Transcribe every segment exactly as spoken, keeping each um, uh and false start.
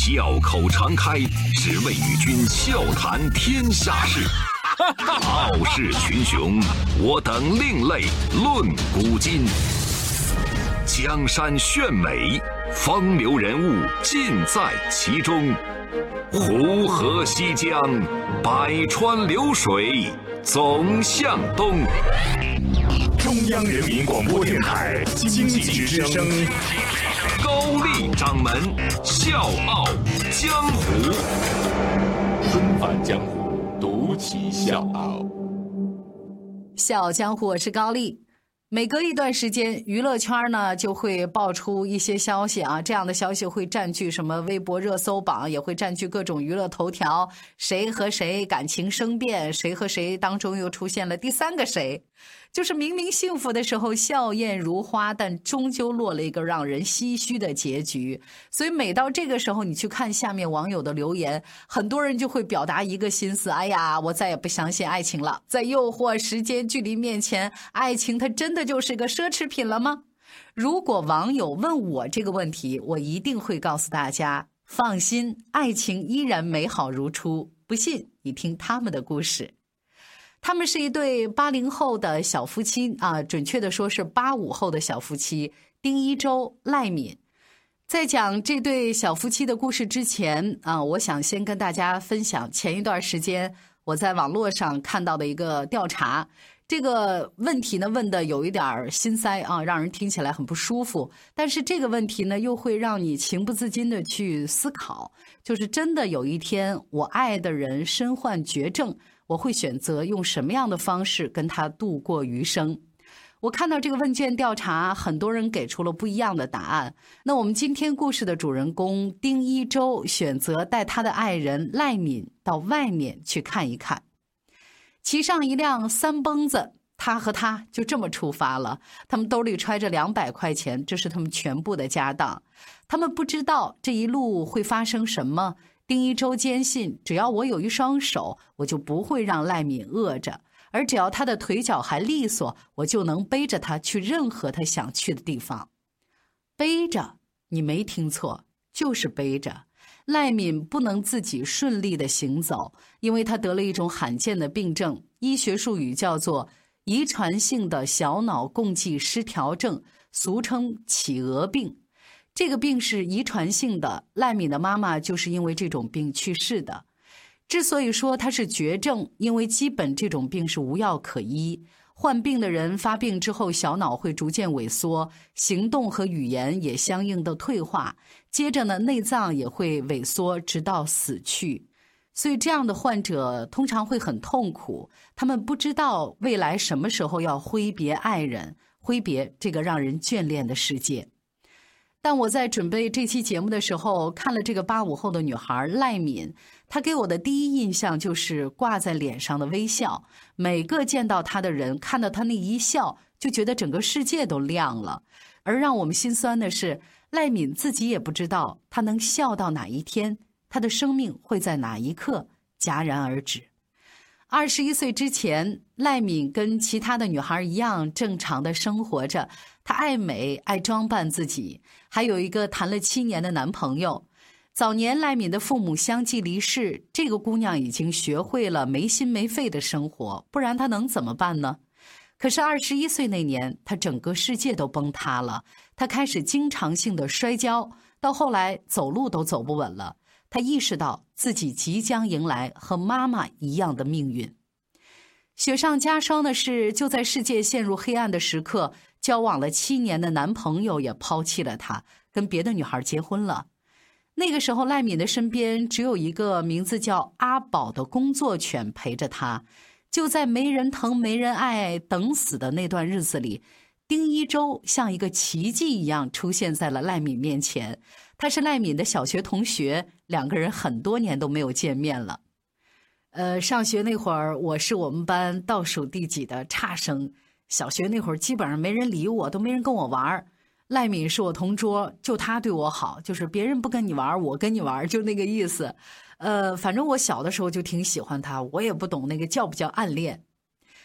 笑口常开，只为与君笑谈天下事。傲视群雄，我等另类论古今。江山炫美，风流人物尽在其中。湖河西江，百川流水总向东。 中央人民广播电台经济之声， 高丽掌门笑傲江湖， 重返江湖，独骑笑傲。 笑傲江湖，我是高丽。每隔一段时间，娱乐圈呢就会爆出一些消息啊，这样的消息会占据什么微博热搜榜，也会占据各种娱乐头条，谁和谁感情生变，谁和谁当中又出现了第三个谁，就是明明幸福的时候笑靥如花，但终究落了一个让人唏嘘的结局。所以每到这个时候，你去看下面网友的留言，很多人就会表达一个心思，哎呀，我再也不相信爱情了，在诱惑、时间、距离面前，爱情它真的就是个奢侈品了吗？如果网友问我这个问题，我一定会告诉大家，放心，爱情依然美好如初。不信你听他们的故事。他们是一对八零后的小夫妻啊，准确的说是八五后的小夫妻，丁一周、赖敏。在讲这对小夫妻的故事之前啊，我想先跟大家分享前一段时间我在网络上看到的一个调查。这个问题呢问的有一点心塞啊，让人听起来很不舒服，但是这个问题呢又会让你情不自禁的去思考，就是真的有一天我爱的人身患绝症，我会选择用什么样的方式跟他度过余生。我看到这个问卷调查，很多人给出了不一样的答案。那我们今天故事的主人公丁一周选择带他的爱人赖敏到外面去看一看。骑上一辆三蹦子，他和他就这么出发了。他们兜里揣着两百块钱，这是他们全部的家当。他们不知道这一路会发生什么。丁一周坚信，只要我有一双手，我就不会让赖敏饿着，而只要他的腿脚还利索，我就能背着他去任何他想去的地方。背着，你没听错，就是背着。赖敏不能自己顺利的行走，因为他得了一种罕见的病症，医学术语叫做遗传性的小脑共济失调症，俗称企鹅病。这个病是遗传性的，赖敏的妈妈就是因为这种病去世的。之所以说它是绝症，因为基本这种病是无药可医。患病的人发病之后，小脑会逐渐萎缩，行动和语言也相应的退化，接着呢，内脏也会萎缩，直到死去。所以这样的患者通常会很痛苦，他们不知道未来什么时候要挥别爱人，挥别这个让人眷恋的世界。但我在准备这期节目的时候，看了这个八五后的女孩赖敏，她给我的第一印象就是挂在脸上的微笑。每个见到她的人，看到她那一笑，就觉得整个世界都亮了。而让我们心酸的是，赖敏自己也不知道她能笑到哪一天，她的生命会在哪一刻戛然而止。二十一岁之前，赖敏跟其他的女孩一样正常的生活着，她爱美，爱装扮自己，还有一个谈了七年的男朋友。早年赖敏的父母相继离世，这个姑娘已经学会了没心没肺的生活，不然她能怎么办呢？可是二十一岁那年，她整个世界都崩塌了，她开始经常性的摔跤，到后来走路都走不稳了。她意识到自己即将迎来和妈妈一样的命运。雪上加霜的是，就在世界陷入黑暗的时刻，交往了七年的男朋友也抛弃了她，跟别的女孩结婚了。那个时候，赖敏的身边只有一个名字叫阿宝的工作犬陪着她。就在没人疼没人爱等死的那段日子里，丁一周像一个奇迹一样出现在了赖敏面前。他是赖敏的小学同学，两个人很多年都没有见面了。呃，上学那会儿，我是我们班倒数第几的差生。小学那会儿基本上没人理我，都没人跟我玩。赖敏是我同桌，就他对我好，就是别人不跟你玩，我跟你玩，就那个意思。呃，反正我小的时候就挺喜欢他，我也不懂那个叫不叫暗恋。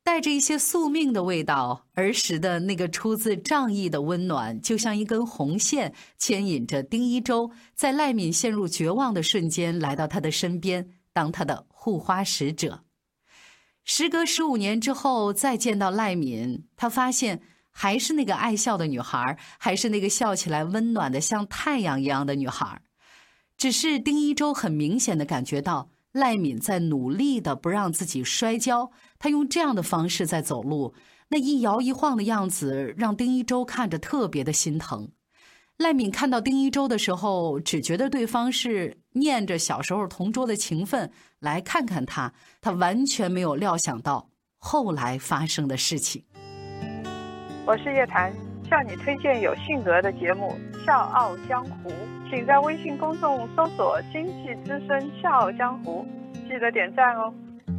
带着一些宿命的味道，儿时的那个出自仗义的温暖，就像一根红线牵引着丁一周，在赖敏陷入绝望的瞬间来到他的身边，当他的护花使者。时隔十五年之后再见到赖敏，他发现还是那个爱笑的女孩，还是那个笑起来温暖的像太阳一样的女孩。只是丁一周很明显地感觉到赖敏在努力地不让自己摔跤，他用这样的方式在走路，那一摇一晃的样子让丁一周看着特别的心疼。赖敏看到丁一周的时候，只觉得对方是念着小时候同桌的情分来看看他，他完全没有料想到后来发生的事情。 我是叶檀，向你推荐有性格的节目《笑傲江湖》，请在微信公众搜索“经济之声笑傲江湖”，记得点赞哦。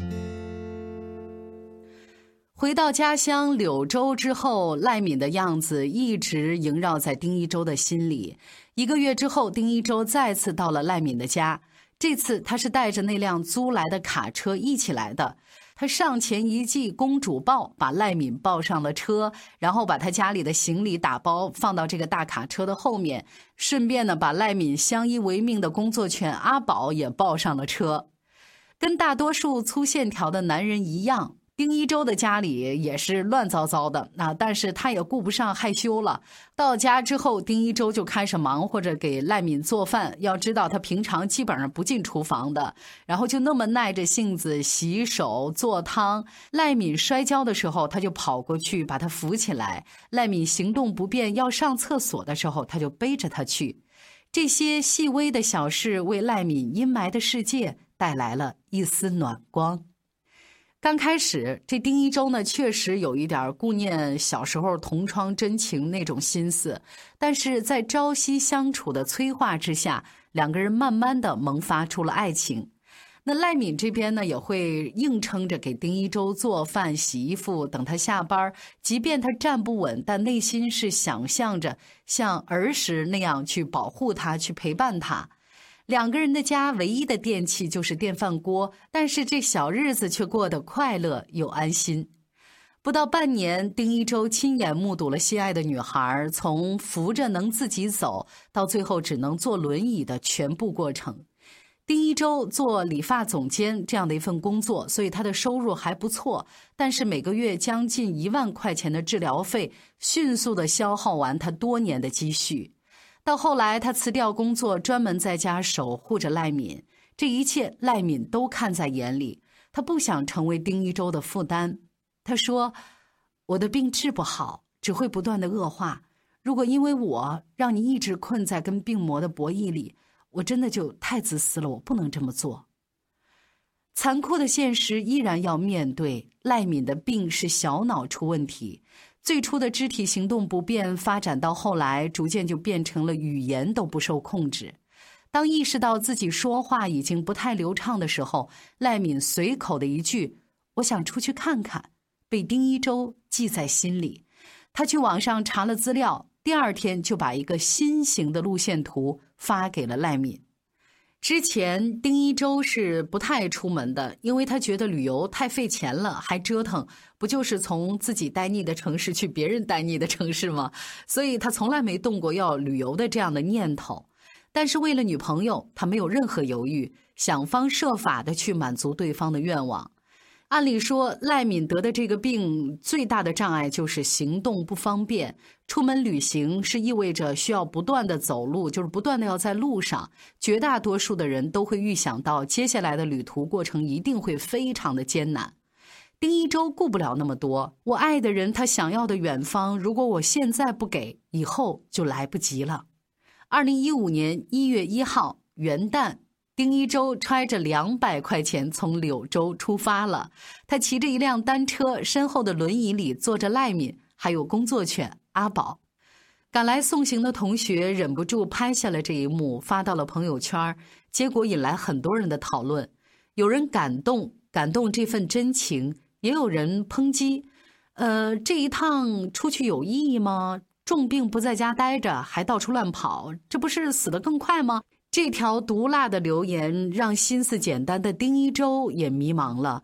回到家乡柳州之后，赖敏的样子一直萦绕在丁一周的心里。一个月之后，丁一周再次到了赖敏的家，这次他是带着那辆租来的卡车一起来的。他上前一记公主抱，把赖敏抱上了车，然后把他家里的行李打包放到这个大卡车的后面，顺便呢把赖敏相依为命的工作犬阿宝也抱上了车。跟大多数粗线条的男人一样，丁一周的家里也是乱糟糟的啊，但是他也顾不上害羞了。到家之后，丁一周就开始忙活着给赖敏做饭。要知道他平常基本上不进厨房的，然后就那么耐着性子洗手做汤。赖敏摔跤的时候，他就跑过去把他扶起来。赖敏行动不便要上厕所的时候，他就背着他去。这些细微的小事为赖敏阴霾的世界带来了一丝暖光。刚开始，这丁一周呢，确实有一点顾念小时候同窗真情那种心思，但是在朝夕相处的催化之下，两个人慢慢的萌发出了爱情。那赖敏这边呢，也会硬撑着给丁一周做饭、洗衣服，等他下班，即便他站不稳，但内心是想象着像儿时那样去保护他，去陪伴他。两个人的家唯一的电器就是电饭锅，但是这小日子却过得快乐又安心。不到半年，丁一周亲眼目睹了心爱的女孩从扶着能自己走，到最后只能坐轮椅的全部过程。丁一周做理发总监这样的一份工作，所以他的收入还不错，但是每个月将近一万块钱的治疗费迅速地消耗完他多年的积蓄。到后来，他辞掉工作，专门在家守护着赖敏。这一切，赖敏都看在眼里。他不想成为丁一周的负担。他说：“我的病治不好，只会不断的恶化。如果因为我让你一直困在跟病魔的博弈里，我真的就太自私了，我不能这么做。”残酷的现实依然要面对。赖敏的病是小脑出问题。最初的肢体行动不便，发展到后来，逐渐就变成了语言都不受控制。当意识到自己说话已经不太流畅的时候，赖敏随口的一句“我想出去看看”，被丁一周记在心里。他去网上查了资料，第二天就把一个新型的路线图发给了赖敏。之前丁一周是不太出门的，因为他觉得旅游太费钱了，还折腾，不就是从自己待腻的城市去别人待腻的城市吗？所以他从来没动过要旅游的这样的念头。但是为了女朋友，他没有任何犹豫，想方设法的去满足对方的愿望。按理说，赖敏得的这个病最大的障碍就是行动不方便。出门旅行是意味着需要不断的走路，就是不断的要在路上。绝大多数的人都会预想到接下来的旅途过程一定会非常的艰难。丁一周顾不了那么多，我爱的人他想要的远方，如果我现在不给，以后就来不及了。二零一五年一月一号元旦，丁一周揣着两百块钱从柳州出发了。他骑着一辆单车，身后的轮椅里坐着赖敏，还有工作犬阿宝。赶来送行的同学忍不住拍下了这一幕，发到了朋友圈，结果引来很多人的讨论。有人感动，感动这份真情，也有人抨击，呃，这一趟出去有意义吗？重病不在家待着，还到处乱跑，这不是死得更快吗？这条毒辣的留言让心思简单的丁一周也迷茫了。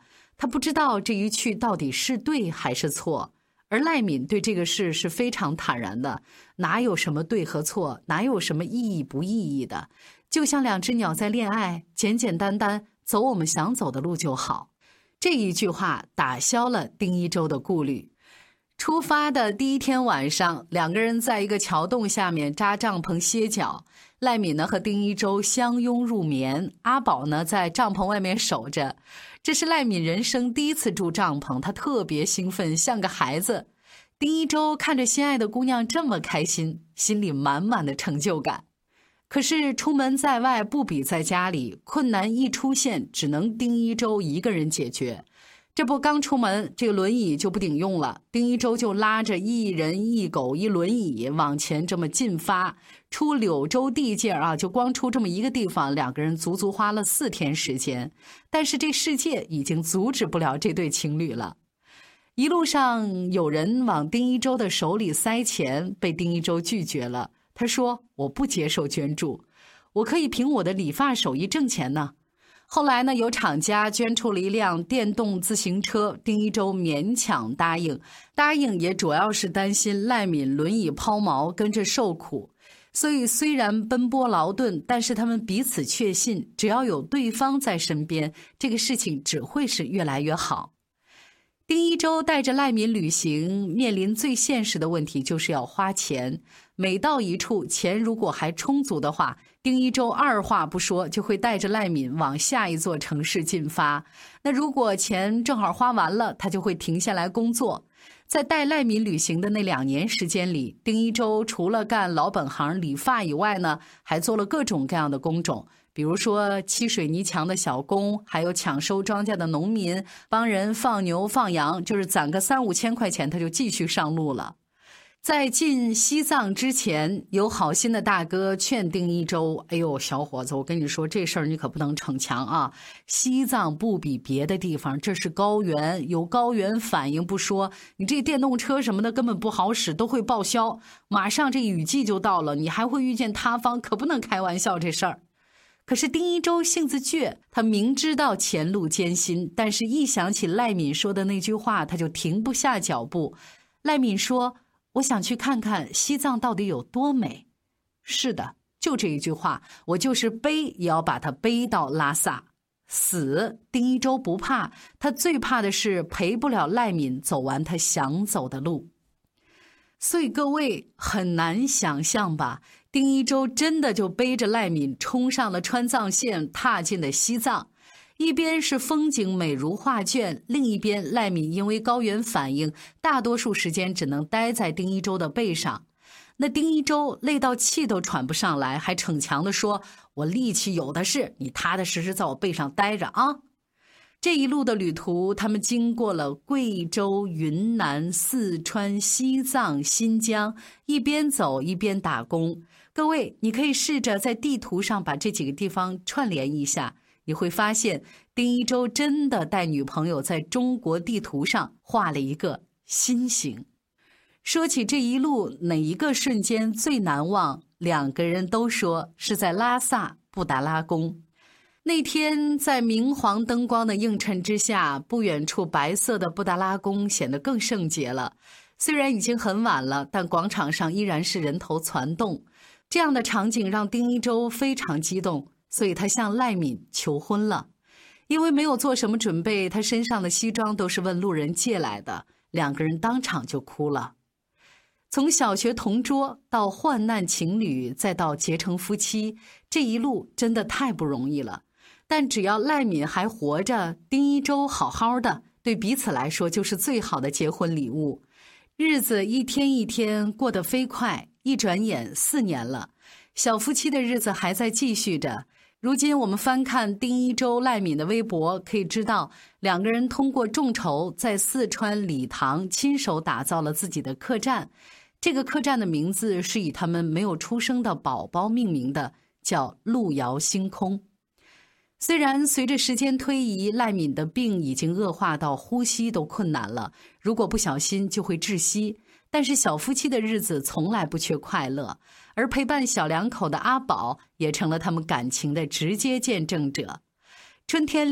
他不知道这一去到底是对还是错。而赖敏对这个事是非常坦然的，哪有什么对和错，哪有什么意义不意义的，就像两只鸟在恋爱，简简单单走我们想走的路就好。这一句话打消了丁一周的顾虑。出发的第一天晚上，两个人在一个桥洞下面扎帐篷歇脚。赖敏呢和丁一周相拥入眠，阿宝呢在帐篷外面守着。这是赖敏人生第一次住帐篷，他特别兴奋，像个孩子。丁一周看着心爱的姑娘这么开心，心里满满的成就感。可是出门在外不比在家里，困难一出现，只能丁一周一个人解决。这不刚出门，这个轮椅就不顶用了，丁一周就拉着一人一狗一轮椅往前这么进发，出柳州地界啊，就光出这么一个地方，两个人足足花了四天时间。但是这世界已经阻止不了这对情侣了。一路上有人往丁一周的手里塞钱，被丁一周拒绝了。他说：“我不接受捐助，我可以凭我的理发手艺挣钱呢。”后来呢，有厂家捐出了一辆电动自行车，丁一周勉强答应。答应也主要是担心赖敏轮椅抛锚跟着受苦，所以虽然奔波劳顿，但是他们彼此确信，只要有对方在身边，这个事情只会是越来越好。丁一周带着赖敏旅行，面临最现实的问题就是要花钱。每到一处，钱如果还充足的话，丁一周二话不说就会带着赖敏往下一座城市进发。那如果钱正好花完了，他就会停下来工作。在带赖敏旅行的那两年时间里，丁一周除了干老本行理发以外呢，还做了各种各样的工种，比如说砌水泥墙的小工，还有抢收庄稼的农民，帮人放牛放羊，就是攒个三五千块钱，他就继续上路了。在进西藏之前，有好心的大哥劝丁一周：“哎呦，小伙子，我跟你说，这事儿你可不能逞强啊！西藏不比别的地方，这是高原，有高原反应不说，你这电动车什么的根本不好使，都会报销。马上这雨季就到了，你还会遇见塌方，可不能开玩笑这事儿。”可是丁一周性子倔，他明知道前路艰辛，但是一想起赖敏说的那句话，他就停不下脚步。赖敏说：“我想去看看西藏到底有多美。”是的，就这一句话，我就是背也要把它背到拉萨。死，丁一周不怕，他最怕的是陪不了赖敏走完他想走的路。所以各位很难想象吧，丁一周真的就背着赖敏冲上了川藏线，踏进了西藏。一边是风景美如画卷，另一边赖敏因为高原反应，大多数时间只能待在丁一周的背上。那丁一周累到气都喘不上来，还逞强地说：“我力气有的是，你踏踏实实在我背上待着啊！”这一路的旅途，他们经过了贵州、云南、四川、西藏、新疆，一边走一边打工。各位，你可以试着在地图上把这几个地方串联一下，你会发现丁一周真的带女朋友在中国地图上画了一个心形。说起这一路哪一个瞬间最难忘，两个人都说是在拉萨布达拉宫。那天在明黄灯光的映衬之下，不远处白色的布达拉宫显得更圣洁了。虽然已经很晚了，但广场上依然是人头攒动。这样的场景让丁一周非常激动，所以他向赖敏求婚了。因为没有做什么准备，他身上的西装都是问路人借来的，两个人当场就哭了。从小学同桌到患难情侣，再到结成夫妻，这一路真的太不容易了。但只要赖敏还活着，丁一周好好的，对彼此来说就是最好的结婚礼物。日子一天一天过得飞快，一转眼四年了，小夫妻的日子还在继续着。如今我们翻看丁一周、赖敏的微博，可以知道两个人通过众筹在四川理塘亲手打造了自己的客栈。这个客栈的名字是以他们没有出生的宝宝命名的，叫路遥星空。虽然随着时间推移，赖敏的病已经恶化到呼吸都困难了，如果不小心就会窒息，但是小夫妻的日子从来不缺快乐，而陪伴小两口的阿宝也成了他们感情的直接见证者。春天里，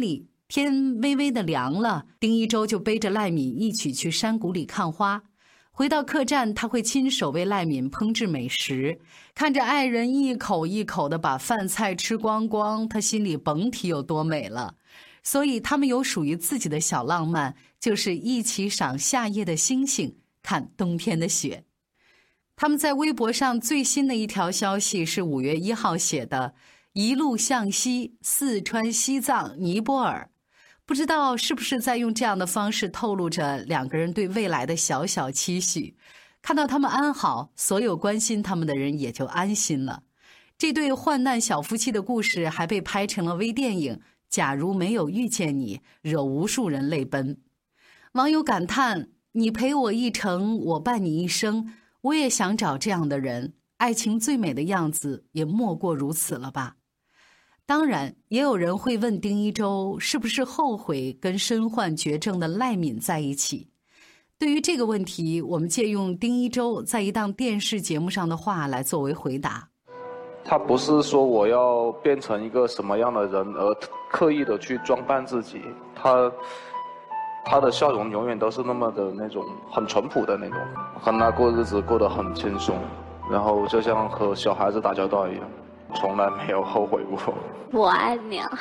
天微微的凉了，丁一周就背着赖敏一起去山谷里看花。回到客栈，他会亲手为赖敏烹制美食，看着爱人一口一口地把饭菜吃光光，他心里甭提有多美了。所以他们有属于自己的小浪漫，就是一起赏夏夜的星星，看冬天的雪。他们在微博上最新的一条消息是五月一号写的，一路向西，四川、西藏、尼泊尔。不知道是不是在用这样的方式透露着两个人对未来的小小期许。看到他们安好，所有关心他们的人也就安心了。这对患难小夫妻的故事还被拍成了微电影《假如没有遇见你》，惹无数人泪奔。网友感叹，你陪我一程，我伴你一生，我也想找这样的人，爱情最美的样子也莫过如此了吧。当然，也有人会问丁一周是不是后悔跟身患绝症的赖敏在一起。对于这个问题，我们借用丁一周在一档电视节目上的话来作为回答。 他不是说我要变成一个什么样的人而刻意的去装扮自己，他他的笑容永远都是那么的那种很淳朴的那种，和他过日子过得很轻松，然后就像和小孩子打交道一样，从来没有后悔过。 我爱你啊。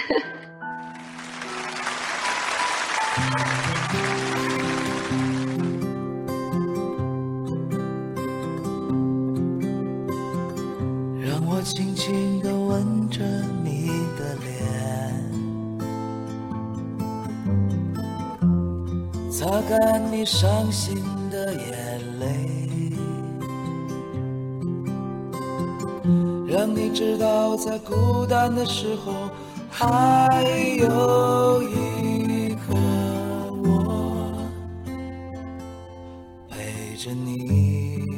让我轻轻地吻着你的脸，擦干你伤心的眼泪，让你知道在孤单的时候还有一个我陪着你。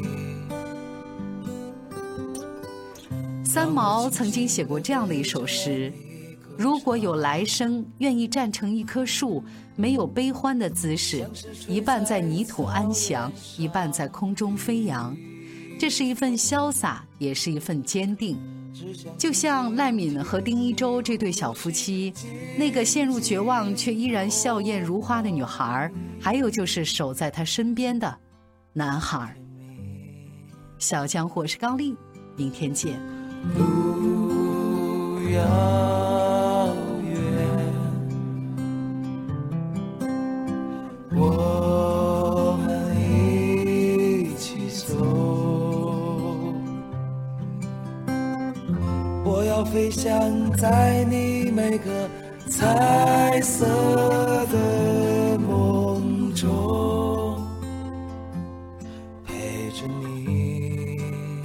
三毛曾经写过这样的一首诗，如果有来生，愿意站成一棵树，没有悲欢的姿势，一半在泥土安详，一半在空中飞扬。这是一份潇洒，也是一份坚定。就像赖敏和丁一周这对小夫妻，那个陷入绝望却依然笑靥如花的女孩，还有就是守在她身边的男孩。小江湖，我是高丽，明天见。 路遥远，我们一起走。我要飞翔在你每个彩色的梦中，陪着你。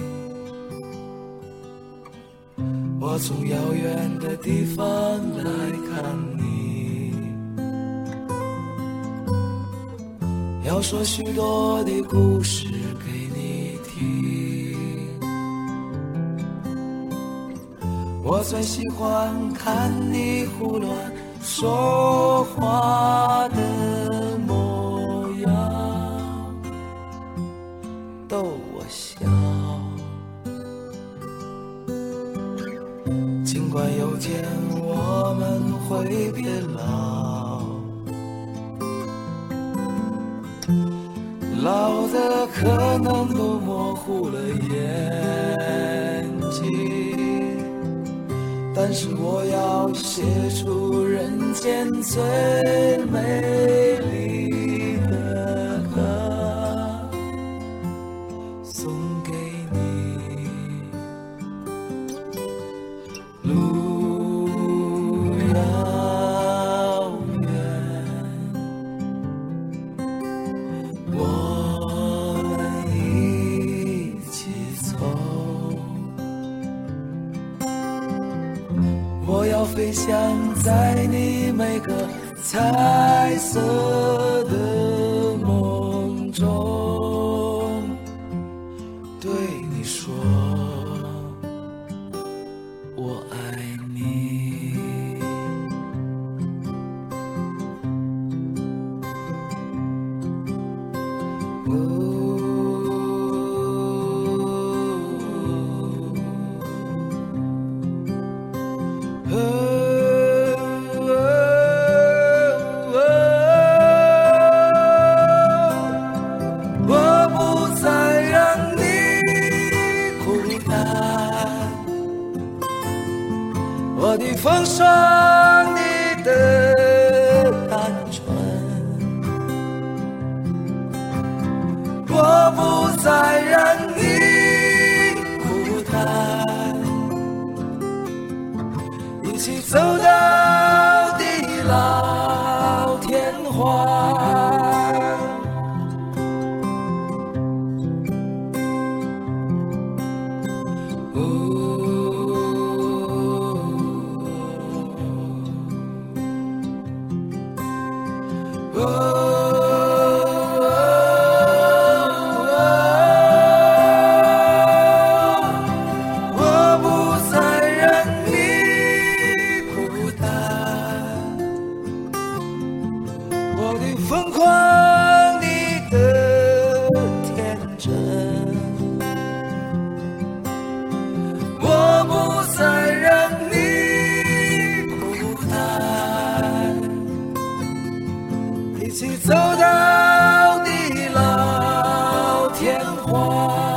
我从遥远的地方来看你，要说许多的故事给你听。我最喜欢看你胡乱说话的模样，逗我笑。尽管有天我们会变老，老的可能都模糊了眼睛，但是我要写出人间最美丽的歌，送给你。路遥远，我们一起走。我要飞翔在你每个彩色的梦中，对你说我爱你。哦哦我的风霜，你的单纯，我不再让你孤单，一起走到地老天荒。一起走到地老天荒。